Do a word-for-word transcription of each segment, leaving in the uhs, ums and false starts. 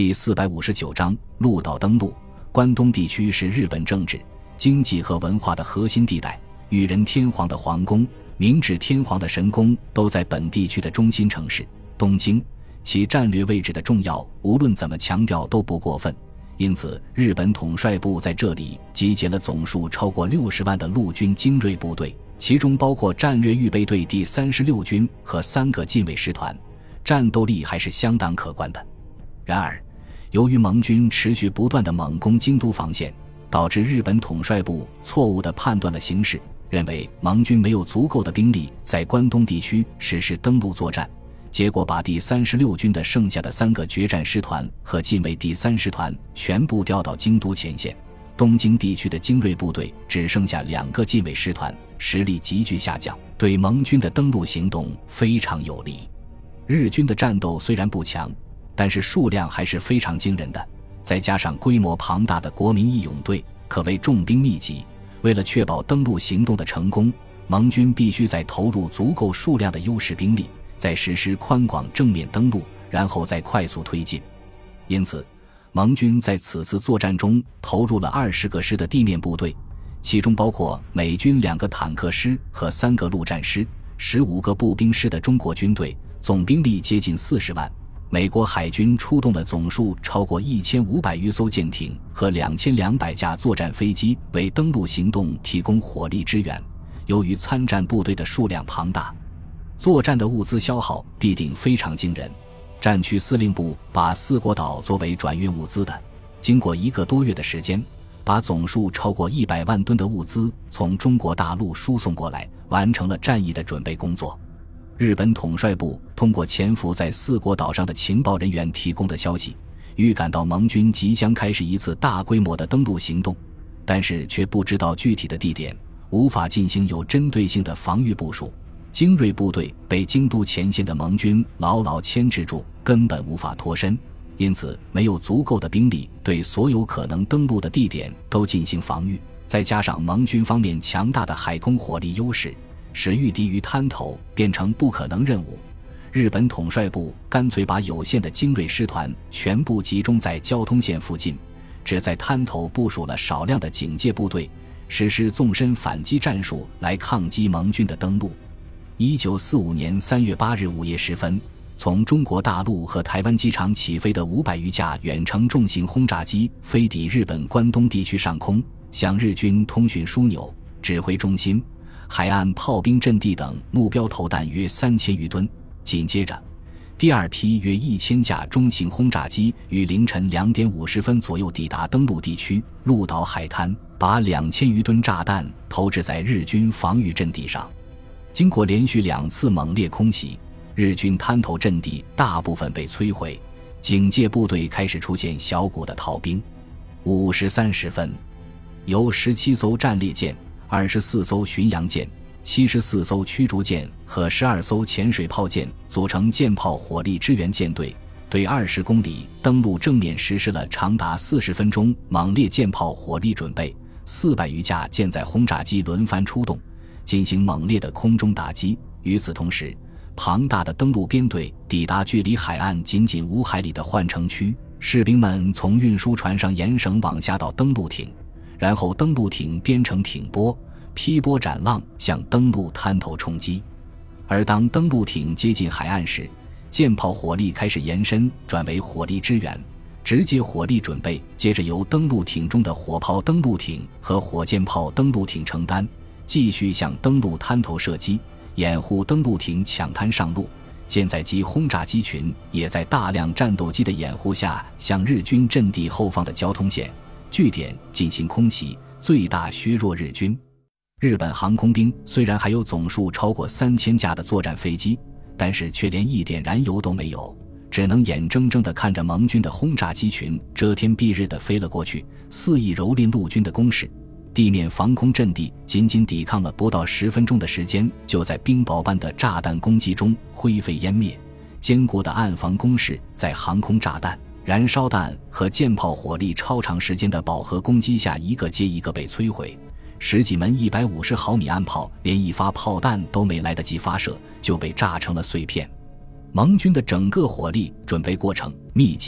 第四百五十九章鹿岛登陆。关东地区是日本政治、经济和文化的核心地带，裕仁天皇的皇宫、明治天皇的神宫都在本地区的中心城市东京，其战略位置的重要无论怎么强调都不过分。因此日本统帅部在这里集结了总数超过六十万的陆军精锐部队，其中包括战略预备队第三十六军和三个近卫师团，战斗力还是相当可观的。然而由于盟军持续不断的猛攻京都防线，导致日本统帅部错误地判断了形势，认为盟军没有足够的兵力在关东地区实施登陆作战，结果把第三十六军的剩下的三个决战师团和近卫第三师团全部调到京都前线，东京地区的精锐部队只剩下两个近卫师团，实力急剧下降，对盟军的登陆行动非常有利。日军的战斗虽然不强，但是数量还是非常惊人的，再加上规模庞大的国民义勇队，可谓重兵密集。为了确保登陆行动的成功，盟军必须在投入足够数量的优势兵力，再实施宽广正面登陆，然后再快速推进。因此盟军在此次作战中投入了二十个师的地面部队，其中包括美军两个坦克师和三个陆战师，十五个步兵师的中国军队，总兵力接近四十万。美国海军出动了总数超过一千五百余艘舰艇和两千两百架作战飞机，为登陆行动提供火力支援。由于参战部队的数量庞大，作战的物资消耗必定非常惊人。战区司令部把四国岛作为转运物资的，经过一个多月的时间，把总数超过一百万吨的物资从中国大陆输送过来，完成了战役的准备工作。日本统帅部通过潜伏在四国岛上的情报人员提供的消息，预感到盟军即将开始一次大规模的登陆行动，但是却不知道具体的地点，无法进行有针对性的防御部署。精锐部队被京都前线的盟军牢牢牵制住，根本无法脱身，因此没有足够的兵力对所有可能登陆的地点都进行防御。再加上盟军方面强大的海空火力优势，使御敌于滩头变成不可能任务。日本统帅部干脆把有限的精锐师团全部集中在交通线附近，只在滩头部署了少量的警戒部队，实施纵深反击战术来抗击盟军的登陆。一九四五年三月八日午夜时分，从中国大陆和台湾机场起飞的五百余架远程重型轰炸机飞抵日本关东地区上空，向日军通讯枢纽、指挥中心、海岸炮兵阵地等目标投弹约三千余吨。紧接着，第二批约一千架中型轰炸机于凌晨两点五十分左右抵达登陆地区鹿岛海滩，把两千余吨炸弹投掷在日军防御阵地上。经过连续两次猛烈空袭，日军滩头阵地大部分被摧毁，警戒部队开始出现小股的逃兵。五时三十分，由十七艘战列舰、二十四艘巡洋舰、七十四艘驱逐舰和十二艘潜水炮舰组成舰炮火力支援舰队，对二十公里登陆正面实施了长达四十分钟猛烈舰炮火力准备。四百余架舰载轰炸机轮番出动，进行猛烈的空中打击。与此同时，庞大的登陆编队抵达距离海岸仅仅五海里的换乘区，士兵们从运输船上沿绳往下到登陆艇，然后登陆艇编成艇波，劈波斩浪向登陆滩头冲击。而当登陆艇接近海岸时，舰炮火力开始延伸转为火力支援，直接火力准备接着由登陆艇中的火炮登陆艇和火箭炮登陆艇承担，继续向登陆滩头射击，掩护登陆艇抢滩上路。舰载机轰炸机群也在大量战斗机的掩护下向日军阵地后方的交通线、据点进行空袭，最大削弱日军。日本航空兵虽然还有总数超过三千架的作战飞机，但是却连一点燃油都没有，只能眼睁睁地看着盟军的轰炸机群遮天蔽日地飞了过去，肆意蹂躏陆军的攻势。地面防空阵地仅仅抵抗了不到十分钟的时间，就在冰雹般的炸弹攻击中灰飞烟灭。坚固的岸防工事在航空炸弹、燃烧弹和舰炮火力超长时间的饱和攻击下一个接一个被摧毁。十几门一百五十毫米岸炮连一发炮弹都没来得及发射，就被炸成了碎片。盟军的整个火力准备过程密集、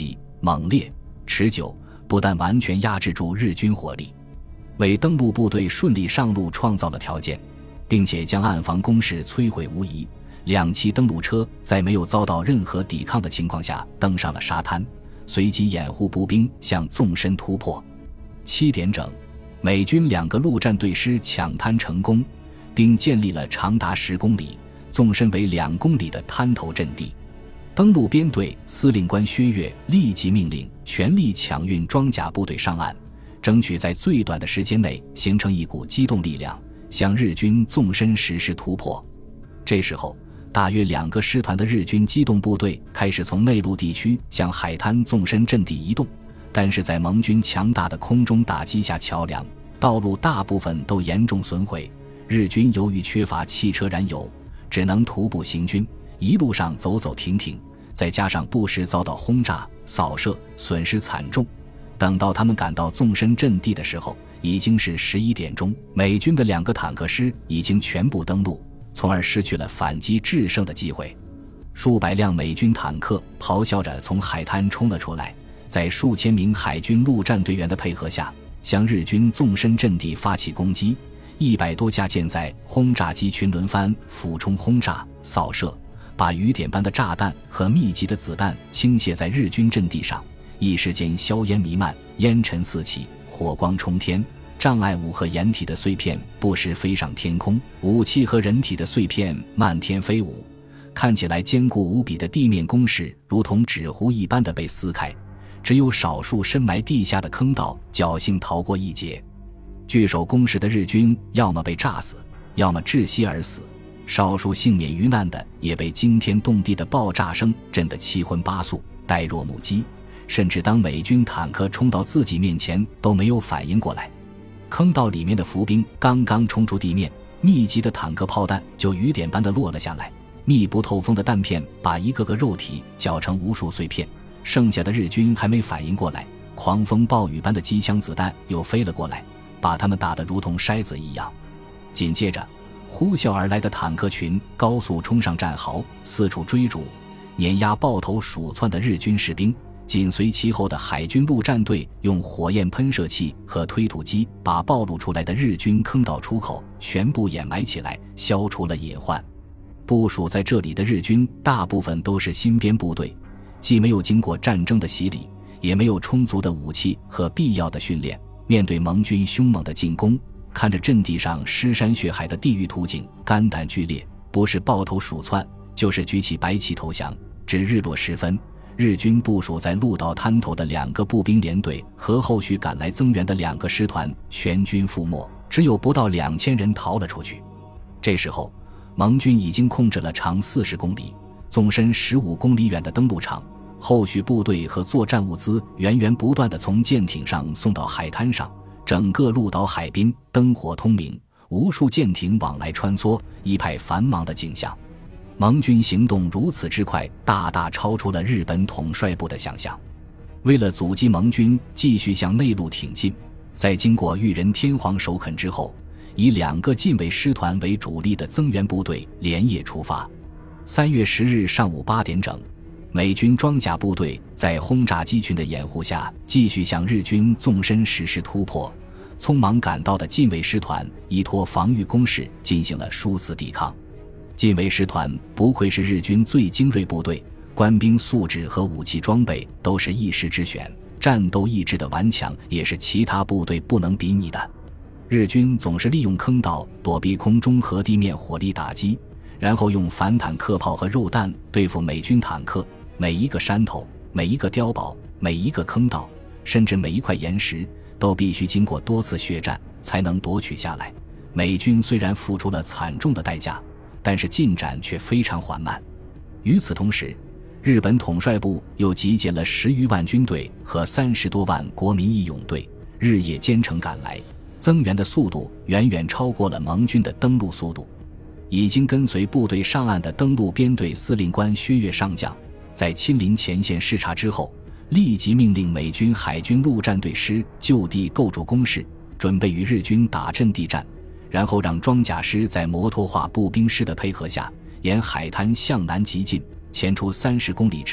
猛烈、持久，不但完全压制住日军火力，为登陆部队顺利上路创造了条件，并且将岸防工事摧毁无疑。两栖登陆车在没有遭到任何抵抗的情况下登上了沙滩，随即掩护步兵向纵深突破。七点整，美军两个陆战队师抢滩成功，并建立了长达十公里、纵深为两公里的滩头阵地。登陆编队司令官薛岳立即命令全力抢运装甲部队上岸，争取在最短的时间内形成一股机动力量，向日军纵深实施突破。这时候，大约两个师团的日军机动部队开始从内陆地区向海滩纵深阵地移动，但是在盟军强大的空中打击下，桥梁、道路大部分都严重损毁。日军由于缺乏汽车燃油，只能徒步行军，一路上走走停停，再加上不时遭到轰炸、扫射，损失惨重。等到他们赶到纵深阵地的时候，已经是十一点钟，美军的两个坦克师已经全部登陆，从而失去了反击制胜的机会。数百辆美军坦克咆哮着从海滩冲了出来，在数千名海军陆战队员的配合下，向日军纵深阵地发起攻击。一百多架舰载轰炸机群轮番俯冲轰炸、扫射，把雨点般的炸弹和密集的子弹倾泻在日军阵地上。一时间硝烟弥漫，烟尘四起，火光冲天，障碍物和掩体的碎片不时飞上天空，武器和人体的碎片漫天飞舞，看起来坚固无比的地面工事如同纸糊一般的被撕开，只有少数深埋地下的坑道侥幸逃过一劫。据守工事的日军要么被炸死，要么窒息而死，少数幸免于难的也被惊天动地的爆炸声震得七荤八素，呆若木鸡，甚至当美军坦克冲到自己面前都没有反应过来。坑道里面的伏兵刚刚冲出地面，密集的坦克炮弹就雨点般的落了下来，密不透风的弹片把一个个肉体搅成无数碎片。剩下的日军还没反应过来，狂风暴雨般的机枪子弹又飞了过来，把他们打得如同筛子一样。紧接着，呼啸而来的坦克群高速冲上战壕，四处追逐，碾压抱头鼠窜的日军士兵。紧随其后的海军陆战队用火焰喷射器和推土机把暴露出来的日军坑道出口全部掩埋起来，消除了隐患。部署在这里的日军大部分都是新编部队，既没有经过战争的洗礼，也没有充足的武器和必要的训练。面对盟军凶猛的进攻，看着阵地上尸山血海的地狱图景，肝胆俱裂，不是抱头鼠窜，就是举起白旗投降。至日落时分，日军部署在鹿岛滩头的两个步兵连队和后续赶来增援的两个师团全军覆没，只有不到两千人逃了出去。这时候，盟军已经控制了长四十公里、纵深十五公里远的登陆场，后续部队和作战物资源源不断地从舰艇上送到海滩上，整个鹿岛海滨灯火通明，无数舰艇往来穿梭，一派繁忙的景象。盟军行动如此之快，大大超出了日本统帅部的想象。为了阻击盟军继续向内陆挺进，在经过裕仁天皇首肯之后，以两个近卫师团为主力的增援部队连夜出发。三月十日上午八点整，美军装甲部队在轰炸机群的掩护下继续向日军纵深实施突破。匆忙赶到的近卫师团依托防御工事进行了殊死抵抗。近卫师团不愧是日军最精锐部队，官兵素质和武器装备都是一时之选，战斗意志的顽强也是其他部队不能比拟的。日军总是利用坑道躲避空中和地面火力打击，然后用反坦克炮和肉弹对付美军坦克。每一个山头、每一个碉堡、每一个坑道，甚至每一块岩石，都必须经过多次血战才能夺取下来。美军虽然付出了惨重的代价，但是进展却非常缓慢。与此同时，日本统帅部又集结了十余万军队和三十多万国民义勇队，日夜兼程赶来，增援的速度远远超过了盟军的登陆速度。已经跟随部队上岸的登陆编队司令官薛岳上将，在亲临前线视察之后，立即命令美军海军陆战队师就地构筑工事，准备与日军打阵地战，然后让装甲师在摩托化步兵师的配合下，沿海滩向南急进，前出三十公里之后，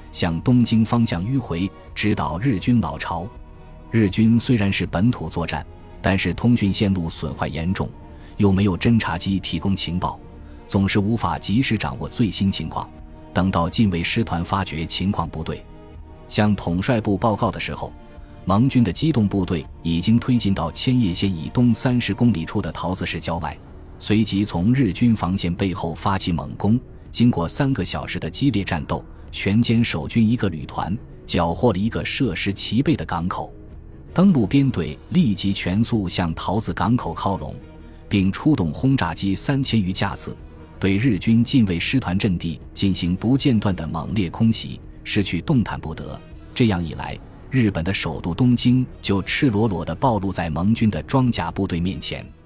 向东京方向迂回，直捣日军老巢。日军虽然是本土作战，但是通讯线路损坏严重，又没有侦察机提供情报，总是无法及时掌握最新情况。等到近卫师团发觉情况不对，向统帅部报告的时候，盟军的机动部队已经推进到千叶县以东三十公里处的桃子市郊外，随即从日军防线背后发起猛攻。经过三个小时的激烈战斗，全歼守军一个旅团，缴获了一个设施齐备的港口。登陆编队立即全速向桃子港口靠拢，并出动轰炸机三千余架次，对日军近卫师团阵地进行不间断的猛烈空袭，失去动弹不得。这样一来，日本的首都东京就赤裸裸地暴露在盟军的装甲部队面前。